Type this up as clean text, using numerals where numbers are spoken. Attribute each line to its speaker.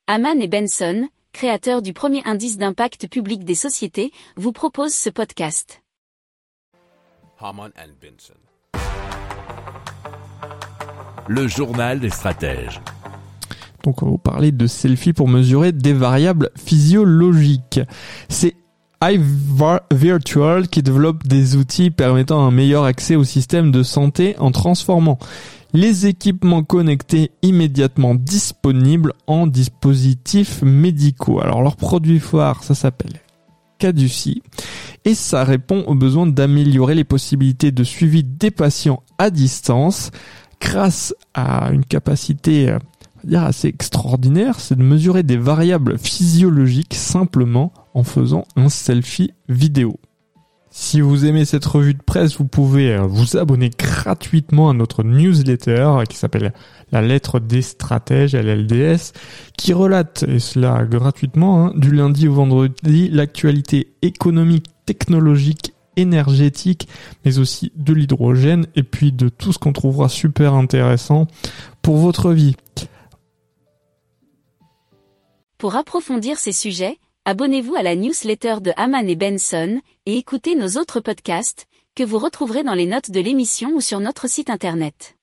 Speaker 1: Hamann et Benson, créateurs du premier indice d'impact public des sociétés, vous proposent ce podcast.
Speaker 2: Hamann and Benson.
Speaker 3: Le journal des stratèges.
Speaker 4: Donc on va vous parler de selfie pour mesurer des variables physiologiques. C'est iVirtual qui développe des outils permettant un meilleur accès au système de santé en transformant les équipements connectés immédiatement disponibles en dispositifs médicaux. Alors leur produit phare, ça s'appelle Caduci et ça répond aux besoins d'améliorer les possibilités de suivi des patients à distance grâce à une capacité assez extraordinaire, c'est de mesurer des variables physiologiques simplement en faisant un selfie vidéo. Si vous aimez cette revue de presse, vous pouvez vous abonner gratuitement à notre newsletter qui s'appelle La Lettre des Stratèges, LLDS, qui relate, et cela gratuitement, du lundi au vendredi, l'actualité économique, technologique, énergétique, mais aussi de l'hydrogène et puis de tout ce qu'on trouvera super intéressant pour votre vie.
Speaker 1: Pour approfondir ces sujets, abonnez-vous à la newsletter de Hamann et Benson et écoutez nos autres podcasts que vous retrouverez dans les notes de l'émission ou sur notre site internet.